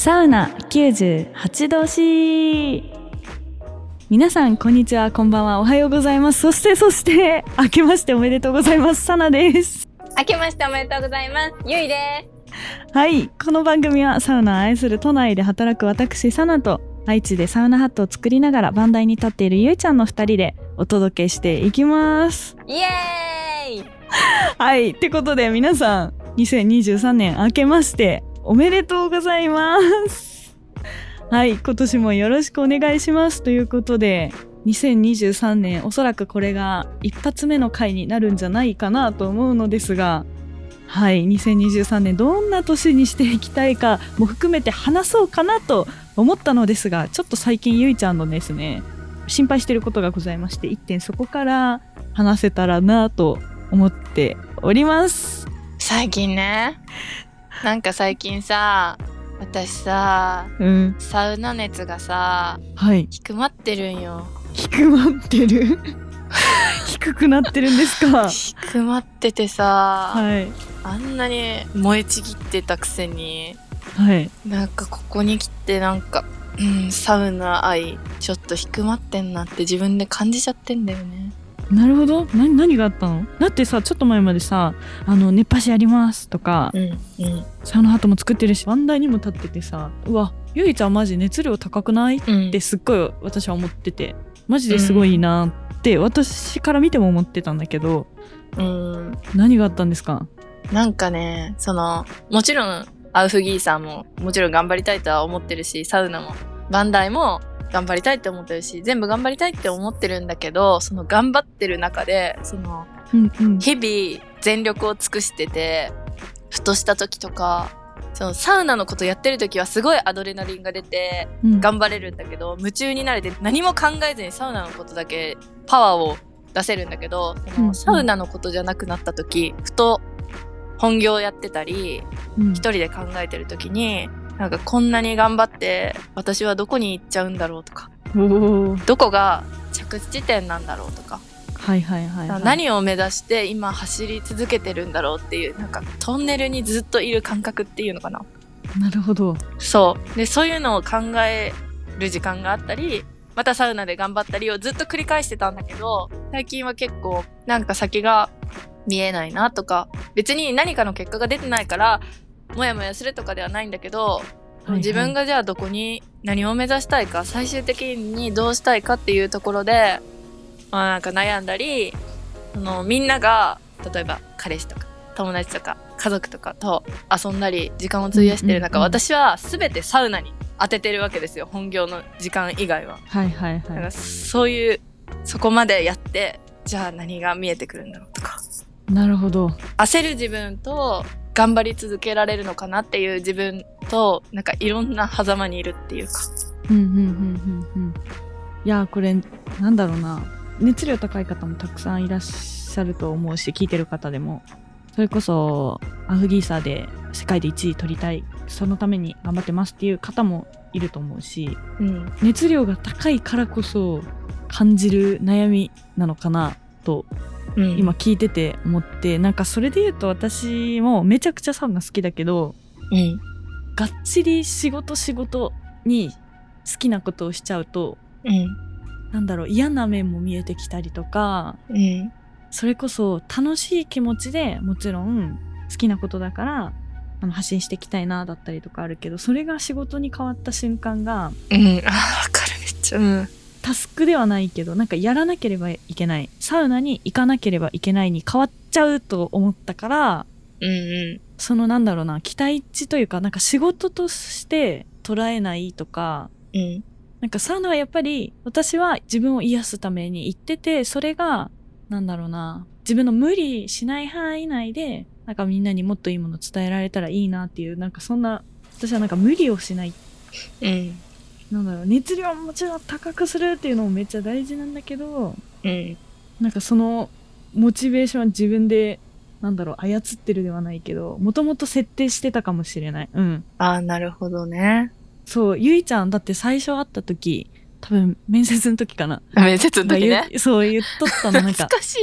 サウナ98度 C。 皆さんこんにちは、こんばんは、おはようございます。そして明けましておめでとうございます。サナです。 明けましておめでとうございます。ゆいです。 はい、この番組はサウナを愛する都内で働く私サナと愛知でサウナハットを作りながら番台に立っているゆいちゃんの2人でお届けしていきます。 イエーイはい、ってことで皆さん2023年明けましておめでとうございます。はい、今年もよろしくお願いしますということで、2023年おそらくこれが一発目の回になるんじゃないかなと思うのですが、はい、2023年どんな年にしていきたいかも含めて話そうかなと思ったのですが、ちょっと最近ゆいちゃんのですね、心配していることがございまして、一点そこから話せたらなと思っております。 最近ね、なんか最近さ、私さ、サウナ熱がさ、 はい、 低まってるんよ。 低まってる低くなってるんですか？ 低まっててさ、 はい、 あんなに燃えちぎってたくせに、 はい、 なんかここに来てなんか、サウナ愛ちょっと低まってんなって自分で感じちゃってんだよね。 なるほど。何があったの？だってさ、ちょっと前までさ、熱波師やりますとか、サウナハットも作ってるし番台にも立っててさ、うわ、ゆいちゃんマジ熱量高くない、ってすっごい私は思ってて、マジですごいなって私から見ても思ってたんだけど、何があったんですか？ なんかね、もちろんアウフギーさんももちろん頑張りたいとは思ってるし、サウナもバンダイも頑張りたいって思ってるし、全部頑張りたいって思ってるんだけど、その頑張ってる中で日々全力を尽くしてて、ふとした時とかそのサウナのことやってる時はすごいアドレナリンが出て頑張れるんだけど、夢中になれて何も考えずにサウナのことだけパワーを出せるんだけど、サウナのことじゃなくなった時、ふと本業やってたり、一人で考えてる時に、なんかこんなに頑張って私はどこに行っちゃうんだろうとか、どこが着地点なんだろうとか、何を目指して今走り続けてるんだろうっていう、なんかトンネルにずっといる感覚っていうのかな。 なるほど。 そうで、そういうのを考える時間があったり、またサウナで頑張ったりをずっと繰り返してたんだけど、最近は結構なんか先が見えないなとか、別に何かの結果が出てないからもやもやするとかではないんだけど、自分がじゃあどこに何を目指したいか、最終的にどうしたいかっていうところで、なんか悩んだり、みんなが例えば彼氏とか友達とか家族とかと遊んだり時間を費やしてる中、私は全てサウナに当ててるわけですよ、本業の時間以外は。だからそういう、そこまでやって、じゃあ何が見えてくるんだろうとか。 なるほど。 焦る自分と頑張り続けられるのかなっていう自分と、なんかいろんな狭間にいるっていうか。 いや、これなんだろうな、熱量高い方もたくさんいらっしゃると思うし、聞いてる方でもそれこそアフギーサーで世界で1位取りたい、そのために頑張ってますっていう方もいると思うし、熱量が高いからこそ感じる悩みなのかなと、今聞いてて思って、なんかそれで言うと私もめちゃくちゃサウナ好きだけど、がっちり仕事に好きなことをしちゃうと、なんだろう、嫌な面も見えてきたりとか、それこそ楽しい気持ちでもちろん好きなことだから発信していきたいなだったりとかあるけど、それが仕事に変わった瞬間が、 わかる、めっちゃ、 タスクではないけど、なんかやらなければいけない、サウナに行かなければいけないに変わっちゃうと思ったから、そのなんだろうな、期待値というか、なんか仕事として捉えないとか、なんかサウナはやっぱり私は自分を癒すために行ってて、それがなんだろうな、自分の無理しない範囲内でなんかみんなにもっといいもの伝えられたらいいなっていう、なんかそんな、私はなんか無理をしない、なんだろう、熱量はもちろん高くするっていうのもめっちゃ大事なんだけど、なんかそのモチベーションは自分でなんだろう、操ってるではないけど、もともと設定してたかもしれない。 なるほどね。 そう、ゆいちゃんだって最初会った時、多分面接の時かな、 面接の時ね、 そう言っとったの、なんか懐かしいな。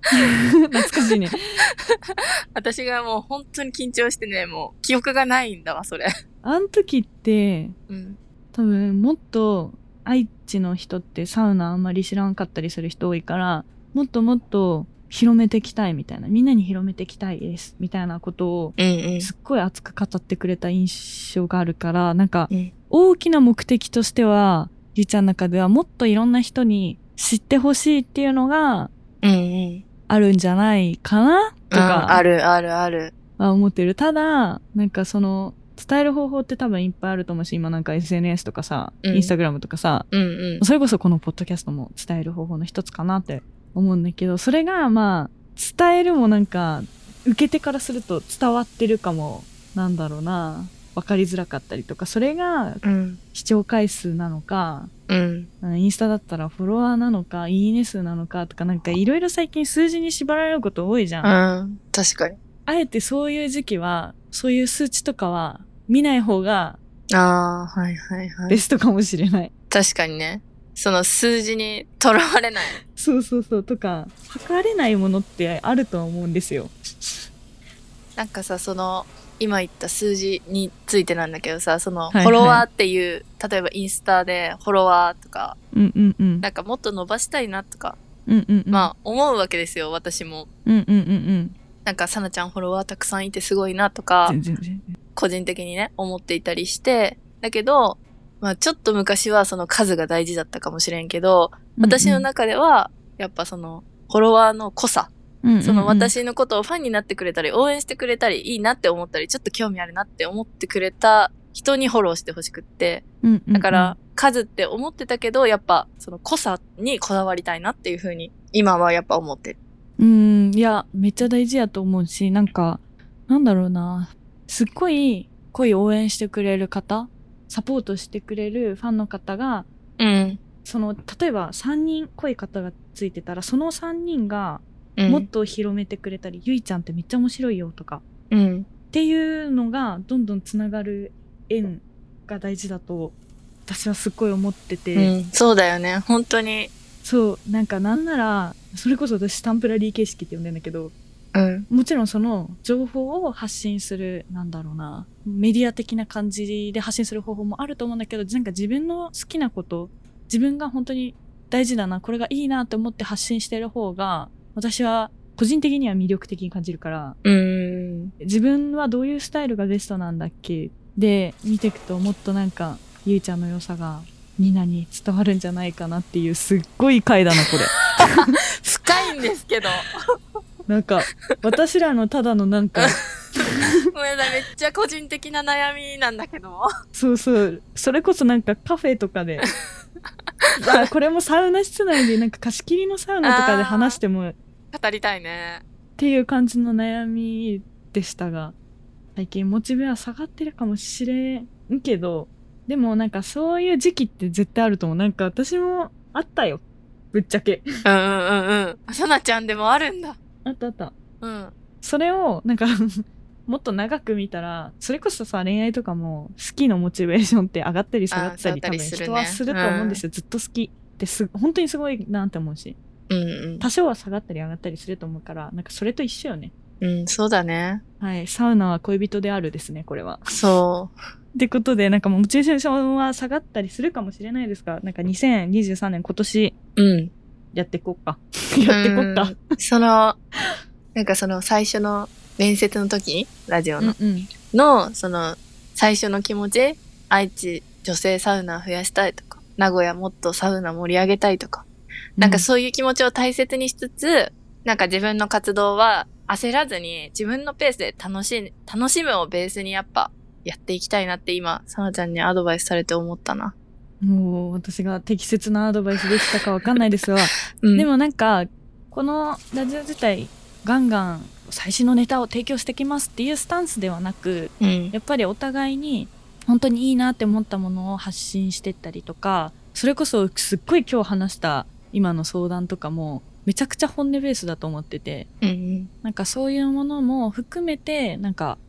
懐かしいね。 私がもう本当に緊張してね、もう記憶がないんだわ、それ。 あん時ってうん。 多分もっと愛知の人ってサウナあんまり知らんかったりする人多いから、もっともっと広めていきたいみたいな、みんなに広めていきたいですみたいなことをうんうん。 すっごい熱く語ってくれた印象があるから、なんかうん大きな目的としてはゆうちゃんの中ではもっといろんな人に知ってほしいっていうのがうんうん。 あるんじゃないかなとか、 あるあるある。 は思ってる。ただ、なんかその、伝える方法って多分いっぱいあると思うし、今なんか SNS とかさ、 うんインスタグラムとかさ、 うんうん。 それこそこのポッドキャストも伝える方法の一つかなって思うんだけど、それがまあ、伝えるもなんか、受け手からすると伝わってるかも、なんだろうな、わかりづらかったりとか、それがうん。 視聴回数なのか、 うん。 インスタだったらフォロワーなのか、いいね数なのかとか、なんかいろいろ最近数字に縛られること多いじゃん。 うん。確かに。 あえてそういう時期は、そういう数値とかは見ない方がああ、はいはいはい。 ベストかもしれない。 確かにね。その数字にとらわれない。 そうそうそう。とか、測れないものってあると思うんですよ。 なんかさ、その、今言った数字についてなんだけどさ、その、 はいはいフォロワーっていう、例えばインスタでフォロワーとか、 うんうんうん。 なんかもっと伸ばしたいなとか、 うんうんうん。 まあ思うわけですよ、私も。 うんうんうんうん。 なんか、さなちゃんフォロワーたくさんいてすごいなとか、 全然。 個人的にね、思っていたりして、だけど、まあちょっと昔はその数が大事だったかもしれんけど、私の中では、やっぱその、フォロワーの濃さ、その私のことをファンになってくれたり、応援してくれたり、いいなって思ったり、ちょっと興味あるなって思ってくれた人にフォローしてほしくって。だから、数って思ってたけど、やっぱその濃さにこだわりたいなっていう風に、今はやっぱ思ってる。 いや、めっちゃ大事やと思うし、なんか、なんだろうな、すっごい濃い応援してくれる方、サポートしてくれるファンの方が、 うん。 その、例えば3人濃い方がついてたら、その3人がうん。 もっと広めてくれたり、ゆいちゃんってめっちゃ面白いよとか、 うん。 っていうのがどんどんつながる縁が大事だと、私はすっごい思ってて、 うん。そうだよね。本当に。 そう、なんかなんなら、それこそ私スタンプラリー形式って呼んでんだけど、 うん。 もちろんその情報を発信する、なんだろうな、メディア的な感じで発信する方法もあると思うんだけど、なんか自分の好きなこと、自分が本当に大事だな、これがいいなって思って発信してる方が、私は個人的には魅力的に感じるから、自分はどういうスタイルがベストなんだっけで見ていくと、もっとなんか、ゆいちゃんの良さがみんなに伝わるんじゃないかなっていう、すっごい回だな、これ。 深いんですけど。 なんか、私らのただのなんか、 ごめんなさい、めっちゃ個人的な悩みなんだけど。 そうそう、それこそなんかカフェとかで、あ、これもサウナ室内でなんか貸し切りのサウナとかで話しても、 語りたいね。 っていう感じの悩みでしたが、最近モチベは下がってるかもしれんけど、でもなんかそういう時期って絶対あると思う。なんか私もあったよ。ぶっちゃけ。 うんうんうんうん。さなちゃんでもあるんだ。 あったあった。 うん。 それをなんかもっと長く見たら、それこそさ、恋愛とかも好きのモチベーションって上がったり下がったり、多分人はすると思うんですよ。ずっと好きって本当にすごいなって思うし。 うんうん。 多少は下がったり上がったりすると思うから、なんかそれと一緒よね。 うん、そうだね。 はい。サウナは恋人であるですね、これは。 そう。 ってことで、なんかモチベーションは下がったりするかもしれないですが、なんか2023年今年、やっていこうか。やっていこうか。 なんかその最初の面接の時ラジオの、 うんその最初の気持ち、愛知女性サウナ増やしたいとか、名古屋もっとサウナ盛り上げたいとか、なんかそういう気持ちを大切にしつつ、なんか自分の活動は焦らずに自分のペースで楽しむをベースにやっぱやっていきたいなって今、さなちゃんにアドバイスされて思ったな。 もう私が適切なアドバイスできたかわかんないですが、 うん、 でもなんか、このラジオ自体、ガンガン最新のネタを提供してきますっていうスタンスではなく、やっぱりお互いに本当にいいなって思ったものを発信してったりとか、それこそすっごい今日話した今の相談とかもめちゃくちゃ本音ベースだと思ってて、なんかそういうものも含めてなんか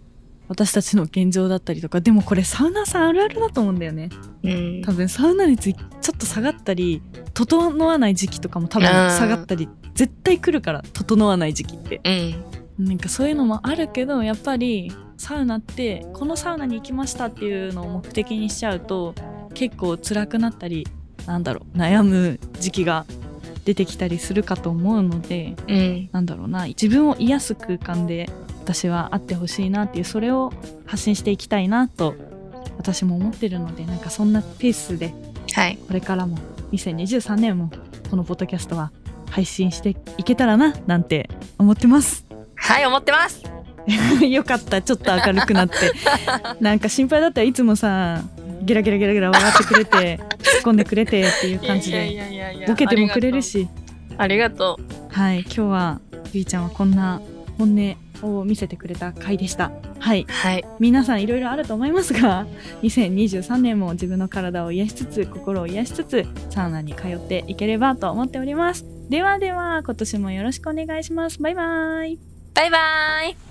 私たちの現状だったりとか。でもこれサウナーさんあるあるだと思うんだよね。多分サウナ熱ちょっと下がったり整わない時期とかも多分下がったり絶対来るから、整わない時期って、なんかそういうのもあるけど、やっぱりサウナってこのサウナに行きましたっていうのを目的にしちゃうと結構辛くなったり悩む時期が出てきたりするかと思うので、自分を癒す空間で私はあってほしいなっていう、それを発信していきたいなと私も思ってるので、なんかそんなペースでこれからも2023年もこのポッドキャストは配信していけたらななんて思ってます。 はい、思ってますよかった、ちょっと明るくなってなんか心配だったらいつもさゲラゲラゲラゲラ笑ってくれて突っ込んでくれてっていう感じでボケてもくれるし、 ありがとう。はい、今日はゆいちゃんはこんな本音を見せてくれた回でした。はい、皆さんいろいろあると思いますが、2023年も自分の体を癒しつつ心を癒しつつサウナに通っていければと思っております。ではでは今年もよろしくお願いします。バイバイ。 バイバイ。